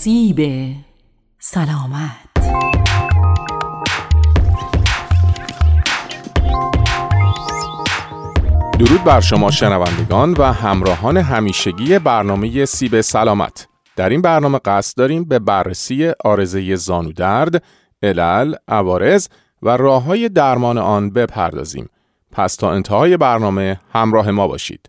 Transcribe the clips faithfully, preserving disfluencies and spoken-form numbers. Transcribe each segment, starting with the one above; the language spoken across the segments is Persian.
سیب سلامت. درود بر شما شنوندگان و همراهان همیشگی برنامه سیب سلامت. در این برنامه قصد داریم به بررسی عارضه زانودرد، علل، عوارض و راه‌های درمان آن بپردازیم. پس تا انتهای برنامه همراه ما باشید.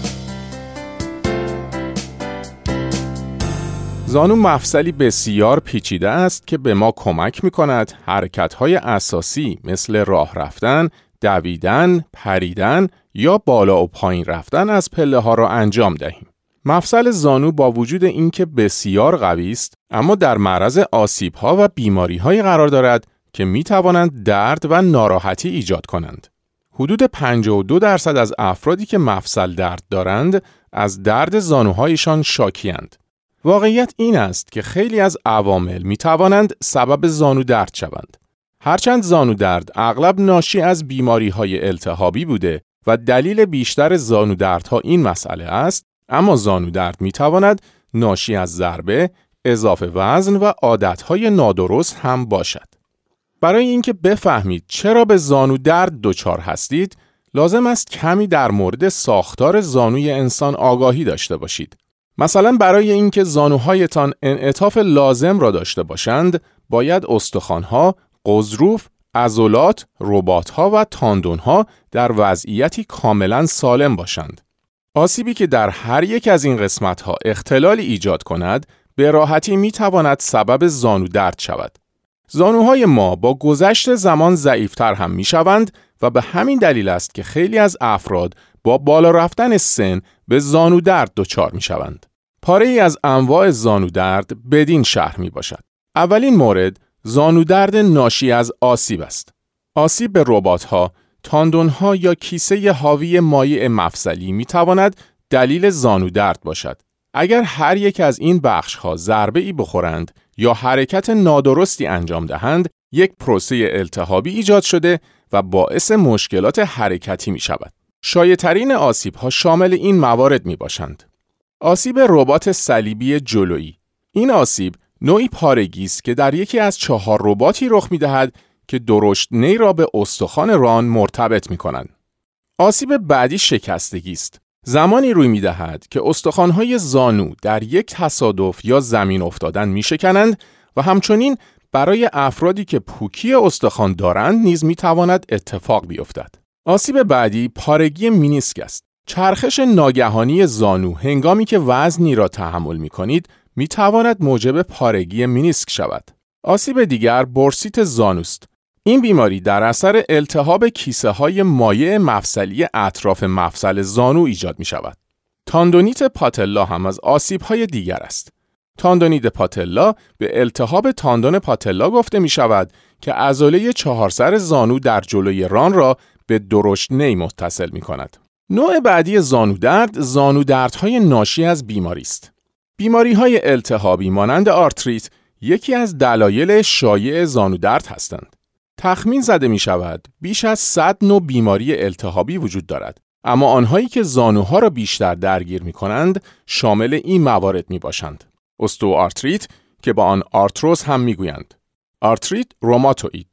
زانو مفصلی بسیار پیچیده است که به ما کمک می‌کند حرکت‌های اساسی مثل راه رفتن، دویدن، پریدن یا بالا و پایین رفتن از پله‌ها را انجام دهیم. مفصل زانو با وجود اینکه بسیار قوی است، اما در معرض آسیب‌ها و بیماری‌هایی قرار دارد که می‌توانند درد و ناراحتی ایجاد کنند. حدود پنجاه و دو درصد از افرادی که مفصل درد دارند از درد زانوهایشان شاکی‌اند. واقعیت این است که خیلی از عوامل می‌توانند سبب زانو درد شوند. هرچند زانو درد اغلب ناشی از بیماری‌های التهابی بوده و دلیل بیشتر زانو دردها این مسئله است، اما زانو درد می‌تواند ناشی از ضربه، اضافه وزن و عادت‌های نادرست هم باشد. برای اینکه بفهمید چرا به زانو درد دچار هستید، لازم است کمی در مورد ساختار زانوی انسان آگاهی داشته باشید. مثلا برای اینکه زانوهایتان انعطاف لازم را داشته باشند، باید استخوان‌ها، غضروف، عضلات، رباط‌ها و تاندون‌ها در وضعیتی کاملاً سالم باشند. آسیبی که در هر یک از این قسمت‌ها اختلالی ایجاد کند، به راحتی می‌تواند سبب زانو درد شود. زانوهای ما با گذشت زمان ضعیف‌تر هم می‌شوند و به همین دلیل است که خیلی از افراد با بالا رفتن سن به زانو درد دچار می‌شوند. پاره‌ای از انواع زانو درد بدین شرح می‌باشد. اولین مورد زانو درد ناشی از آسیب است. آسیب به رباط‌ها، تاندون‌ها یا کیسه حاوی مایع مفصلی می‌تواند دلیل زانو درد باشد. اگر هر یک از این بخش‌ها ضربه‌ای بخورند یا حرکت نادرستی انجام دهند، یک پروسه التهابی ایجاد شده و باعث مشکلات حرکتی می‌شود. شایع‌ترین آسیب‌ها شامل این موارد می‌باشند: آسیب رباط صلیبی جلویی. این آسیب نوعی پارگی است که در یکی از چهار رباطی رخ می‌دهد که درشت نی را به استخوان ران مرتبط می‌کنند. آسیب بعدی شکستگی است. زمانی روی می‌دهد که استخوان‌های زانو در یک تصادف یا زمین افتادن می‌شکنند و همچنین برای افرادی که پوکی استخوان دارند نیز می‌تواند اتفاق بیفتد. آسیب بعدی پارگی مینیسک است. چرخش ناگهانی زانو هنگامی که وزنی را تحمل می‌کنید می‌تواند موجب پارگی مینیسک شود. آسیب دیگر بورسیت زانوست. این بیماری در اثر التهاب کیسه‌های مایع مفصلی اطراف مفصل زانو ایجاد می‌شود. تاندونیت پاتلا هم از آسیب‌های دیگر است. تاندونیت پاتلا به التهاب تاندون پاتلا گفته می‌شود که عضله چهارسر زانو در جلوی ران را به درشت نی متصل می‌کند. نوع بعدی زانو درد، زانو دردهای ناشی از بیماری است. بیماری‌های التهابی مانند آرتریت یکی از دلایل شایع زانو درد هستند. تخمین زده می شود بیش از صد نوع بیماری التهابی وجود دارد، اما آنهایی که زانوها را بیشتر درگیر می کنند شامل این موارد می باشند: استئوآرتریت که با آن آرتروز هم می گویند، آرتریت روماتوئید،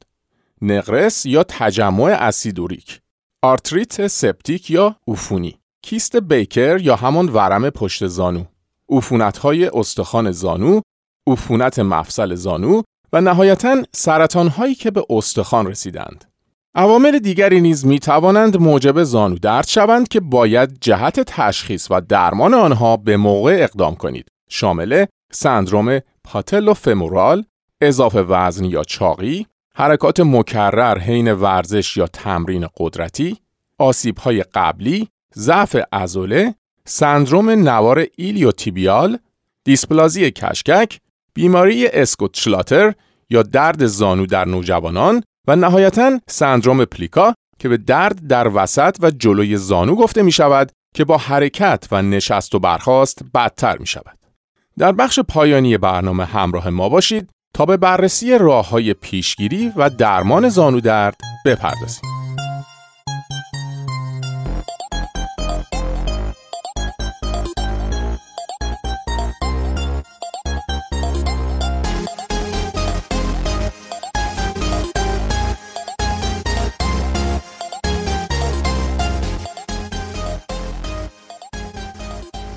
نقرس یا تجمع اسید اوریک، آرتریت سپتیک یا عفونی، کیست بیکر یا همان ورم پشت زانو، عفونت‌های استخوان زانو، عفونت مفصل زانو و نهایتاً سرطان‌هایی که به استخوان رسیدند. عوامل دیگری نیز می‌توانند موجب زانو درد شوند که باید جهت تشخیص و درمان آنها به موقع اقدام کنید. شامل سندروم پاتلوفمورال، اضافه وزن یا چاقی، حرکات مکرر حین ورزش یا تمرین قدرتی، آسیب‌های قبلی، ضعف عضله، سندروم نوار ایلیوتیبیال، دیسپلازی کشکک، بیماری اسکوت-شلاتر یا درد زانو در نوجوانان و نهایتاً سندروم پلیکا که به درد در وسط و جلوی زانو گفته می شود که با حرکت و نشست و برخاست بدتر می شود. در بخش پایانی برنامه همراه ما باشید تا به بررسی راه‌های پیشگیری و درمان زانو درد بپردازیم.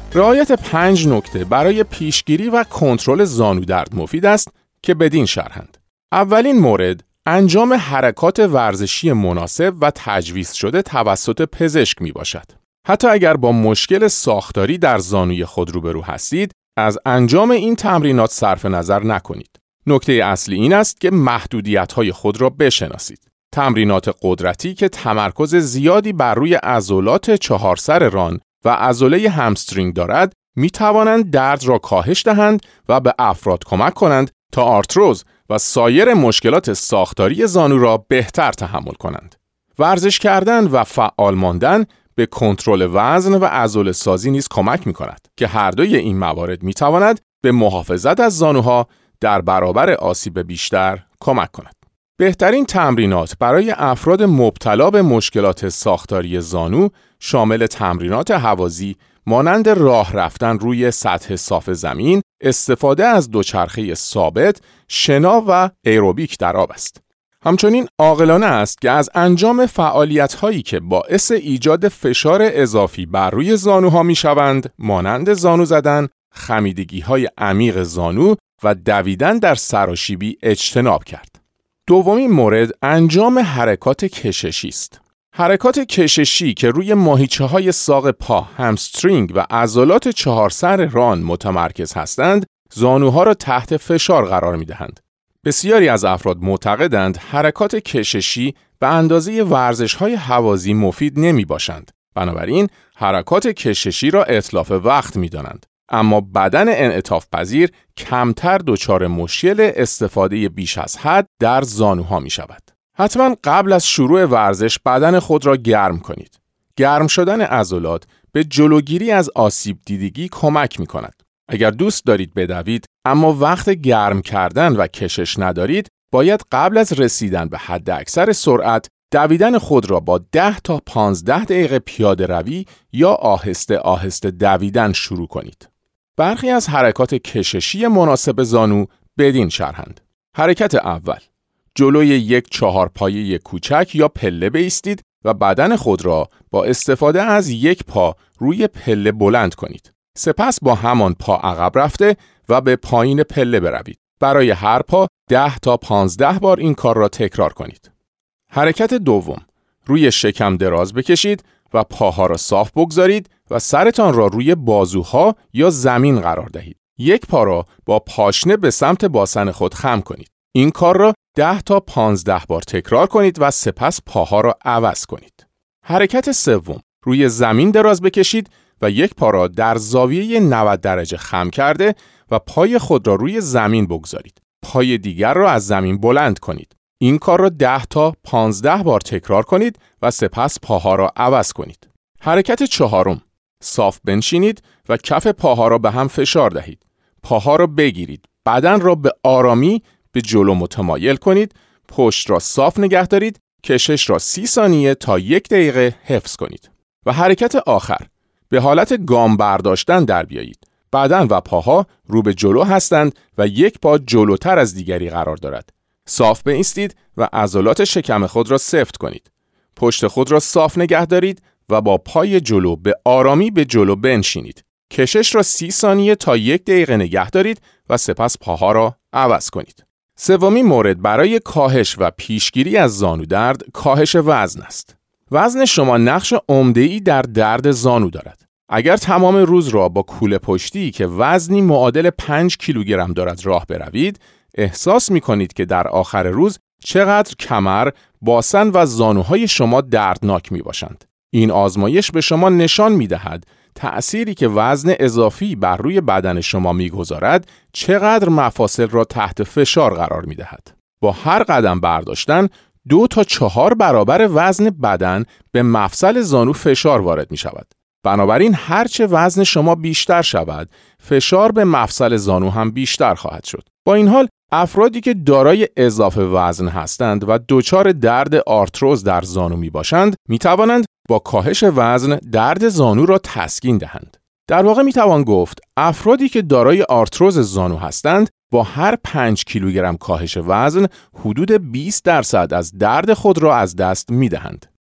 رعایت پنج نکته برای پیشگیری و کنترل زانو درد مفید است که بدین شرحند. اولین مورد، انجام حرکات ورزشی مناسب و تجویز شده توسط پزشک می باشد. حتی اگر با مشکل ساختاری در زانوی خود روبرو هستید، از انجام این تمرینات صرف نظر نکنید. نکته اصلی این است که محدودیت‌های خود را بشناسید. تمرینات قدرتی که تمرکز زیادی بر روی عضلات چهار سر ران و عضله همسترینگ دارد، می توانند درد را کاهش دهند و به افراد کمک کنند تا آرتروز و سایر مشکلات ساختاری زانو را بهتر تحمل کنند. ورزش کردن و فعال ماندن به کنترل وزن و عضله سازی نیز کمک می کند که هر دوی این موارد می تواند به محافظت از زانوها در برابر آسیب بیشتر کمک کند. بهترین تمرینات برای افراد مبتلا به مشکلات ساختاری زانو شامل تمرینات هوازی مانند راه رفتن روی سطح صاف زمین، استفاده از دوچرخه ثابت، شنا و ایروبیک در آب است. همچنین عاقلانه است که از انجام فعالیت‌هایی که باعث ایجاد فشار اضافی بر روی زانوها می‌شوند، مانند زانو زدن، خمیدگی‌های عمیق زانو و دویدن در سراشیبی اجتناب کرد. دومین مورد، انجام حرکات کششی است. حرکات کششی که روی ماهیچه‌های ساق پا، همسترینگ و عضلات چهار سر ران متمرکز هستند، زانوها را تحت فشار قرار می‌دهند. بسیاری از افراد معتقدند حرکات کششی به اندازه ورزش‌های هوازی مفید نمی‌باشند. بنابراین حرکات کششی را اتلاف وقت می‌دانند. اما بدن انعطاف پذیر کمتر دچار مشکل استفاده بیش از حد در زانوها می شود. حتما قبل از شروع ورزش بدن خود را گرم کنید. گرم شدن عضلات به جلوگیری از آسیب دیدگی کمک می کند. اگر دوست دارید بدوید اما وقت گرم کردن و کشش ندارید، باید قبل از رسیدن به حد اکثر سرعت دویدن خود را با ده تا پانزده دقیقه پیاده روی یا آهسته آهسته دویدن شروع کنید. برخی از حرکات کششی مناسب زانو بدین شرحند. حرکت اول، جلوی یک چهارپایه کوچک یا پله بایستید و بدن خود را با استفاده از یک پا روی پله بلند کنید. سپس با همان پا عقب رفته و به پایین پله بروید. برای هر پا ده تا پانزده بار این کار را تکرار کنید. حرکت دوم، روی شکم دراز بکشید و پاها را صاف بگذارید و سرتان را روی بازوها یا زمین قرار دهید. یک پا را با پاشنه به سمت باسن خود خم کنید. این کار را ده تا پانزده بار تکرار کنید و سپس پاها را عوض کنید. حرکت سوم، روی زمین دراز بکشید و یک پا را در زاویه نود درجه خم کرده و پای خود را روی زمین بگذارید. پای دیگر را از زمین بلند کنید. این کار را ده تا پانزده بار تکرار کنید و سپس پاها را عوض کنید. حرکت چهارم، صاف بنشینید و کف پاها را به هم فشار دهید. پاها را بگیرید. بدن را به آرامی به جلو متمایل کنید. پشت را صاف نگه دارید. کشش را سی ثانیه تا یک دقیقه حفظ کنید. و حرکت آخر، به حالت گام برداشتن در بیایید. بدن و پاها رو به جلو هستند و یک پا جلوتر از دیگری قرار دارد. صاف بایستید و عضلات شکم خود را سفت کنید. پشت خود را صاف نگه دارید و با پای جلو به آرامی به جلو بنشینید. کشش را سی ثانیه تا یک دقیقه نگه دارید و سپس پاها را عوض کنید. سومین مورد برای کاهش و پیشگیری از زانو درد، کاهش وزن است. وزن شما نقش عمده‌ای در درد زانو دارد. اگر تمام روز را با کوله پشتی که وزنی معادل پنج کیلوگرم دارد راه بروید، احساس می کنید که در آخر روز چقدر کمر، باسن و زانوهای شما دردناک می باشند. این آزمایش به شما نشان می دهد تأثیری که وزن اضافی بر روی بدن شما می گذارد چقدر مفاصل را تحت فشار قرار می دهد. با هر قدم برداشتن دو تا چهار برابر وزن بدن به مفصل زانو فشار وارد می شود. بنابراین هرچه وزن شما بیشتر شود، فشار به مفصل زانو هم بیشتر خواهد شد. با این حال افرادی که دارای اضافه وزن هستند و دچار درد آرتروز در زانو می باشند، می توانند با کاهش وزن درد زانو را تسکین دهند. در واقع می توان گفت افرادی که دارای آرتروز زانو هستند با هر پنج کیلوگرم کاهش وزن حدود بیست درصد از درد خود را از دست می دهند.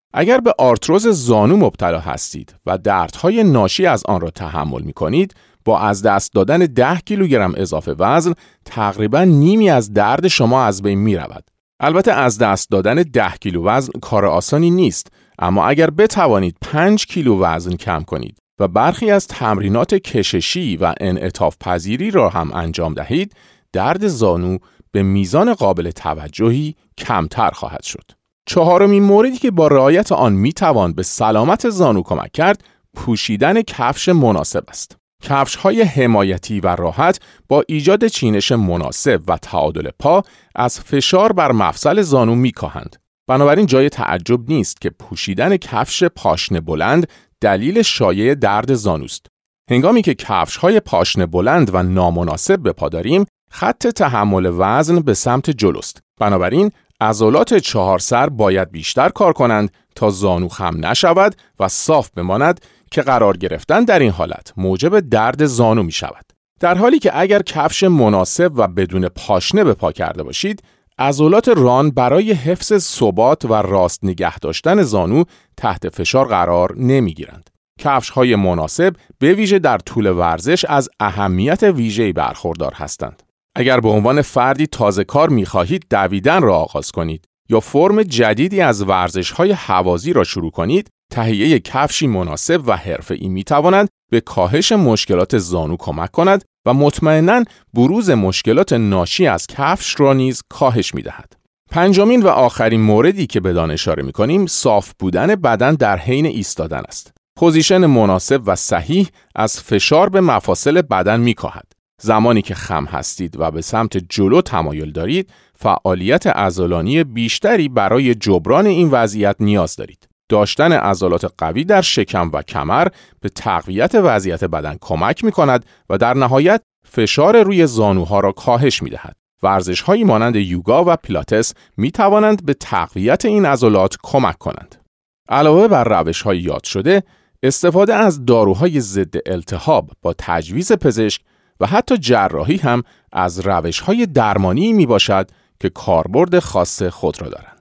اگر به آرتروز زانو مبتلا هستید و دردهای ناشی از آن را تحمل می کنید، با از دست دادن ده کیلوگرم اضافه وزن تقریباً نیمی از درد شما از بین می رود. البته از دست دادن ده کیلو وزن کار آسانی نیست، اما اگر بتوانید پنج کیلو وزن کم کنید و برخی از تمرینات کششی و انعطاف پذیری را هم انجام دهید، درد زانو به میزان قابل توجهی کمتر خواهد شد. چهارمین موردی که با رعایت آن میتوان به سلامت زانو کمک کرد، پوشیدن کفش مناسب است. کفش‌های حمایتی و راحت با ایجاد چینش مناسب و تعادل پا از فشار بر مفصل زانو میکاهند. بنابراین جای تعجب نیست که پوشیدن کفش پاشنه بلند دلیل شایع درد زانوست. هنگامی که کفش‌های پاشنه بلند و نامناسب به پا داریم، خط تحمل وزن به سمت جلوست. بنابراین عضلات چهار سر باید بیشتر کار کنند تا زانو خم نشود و صاف بماند که قرار گرفتن در این حالت موجب درد زانو می شود. در حالی که اگر کفش مناسب و بدون پاشنه به پا کرده باشید، عضلات ران برای حفظ ثبات و راست نگه داشتن زانو تحت فشار قرار نمی گیرند. کفش‌های مناسب به ویژه در طول ورزش از اهمیت ویژه‌ای برخوردار هستند. اگر به عنوان فردی تازه کار می خواهید دویدن را آغاز کنید یا فرم جدیدی از ورزش‌های هوازی را شروع کنید، تهیه کفشی مناسب و حرفه‌ای می‌تواند به کاهش مشکلات زانو کمک کند و مطمئناً بروز مشکلات ناشی از کفش را نیز کاهش می‌دهد. پنجمین و آخرین موردی که بدان اشاره می‌کنیم، صاف بودن بدن در حین ایستادن است. پوزیشن مناسب و صحیح از فشار به مفاصل بدن می‌کاهد. زمانی که خم هستید و به سمت جلو تمایل دارید، فعالیت عضلانی بیشتری برای جبران این وضعیت نیاز دارید. داشتن عضلات قوی در شکم و کمر به تقویت وضعیت بدن کمک می کند و در نهایت فشار روی زانوها را کاهش می دهد. ورزش‌هایی مانند یوگا و پیلاتس می توانند به تقویت این عضلات کمک کنند. علاوه بر روش‌های یاد شده، استفاده از داروهای ضد التهاب با تجویز پزشک و حتی جراحی هم از روش‌های درمانی می باشد که کاربرد خاص خود را دارند.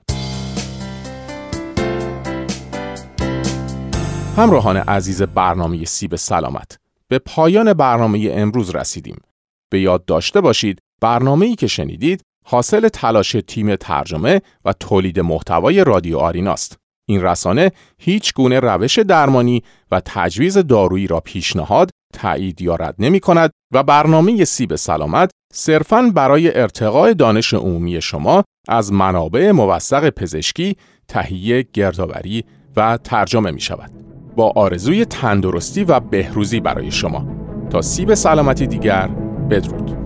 همراهان عزیز برنامه سیب سلامت، به پایان برنامه امروز رسیدیم. به یاد داشته باشید برنامه‌ای که شنیدید حاصل تلاش تیم ترجمه و تولید محتوای رادیو آریناست. این رسانه هیچ گونه روش درمانی و تجویز دارویی را پیشنهاد، تایید یا رد نمی کند و برنامه سیب سلامت صرفاً برای ارتقاء دانش عمومی شما از منابع موثق پزشکی تهیه، گردآوری و ترجمه می شود. با آرزوی تندرستی و بهروزی برای شما. تا سیب سلامتی دیگر، بدرود.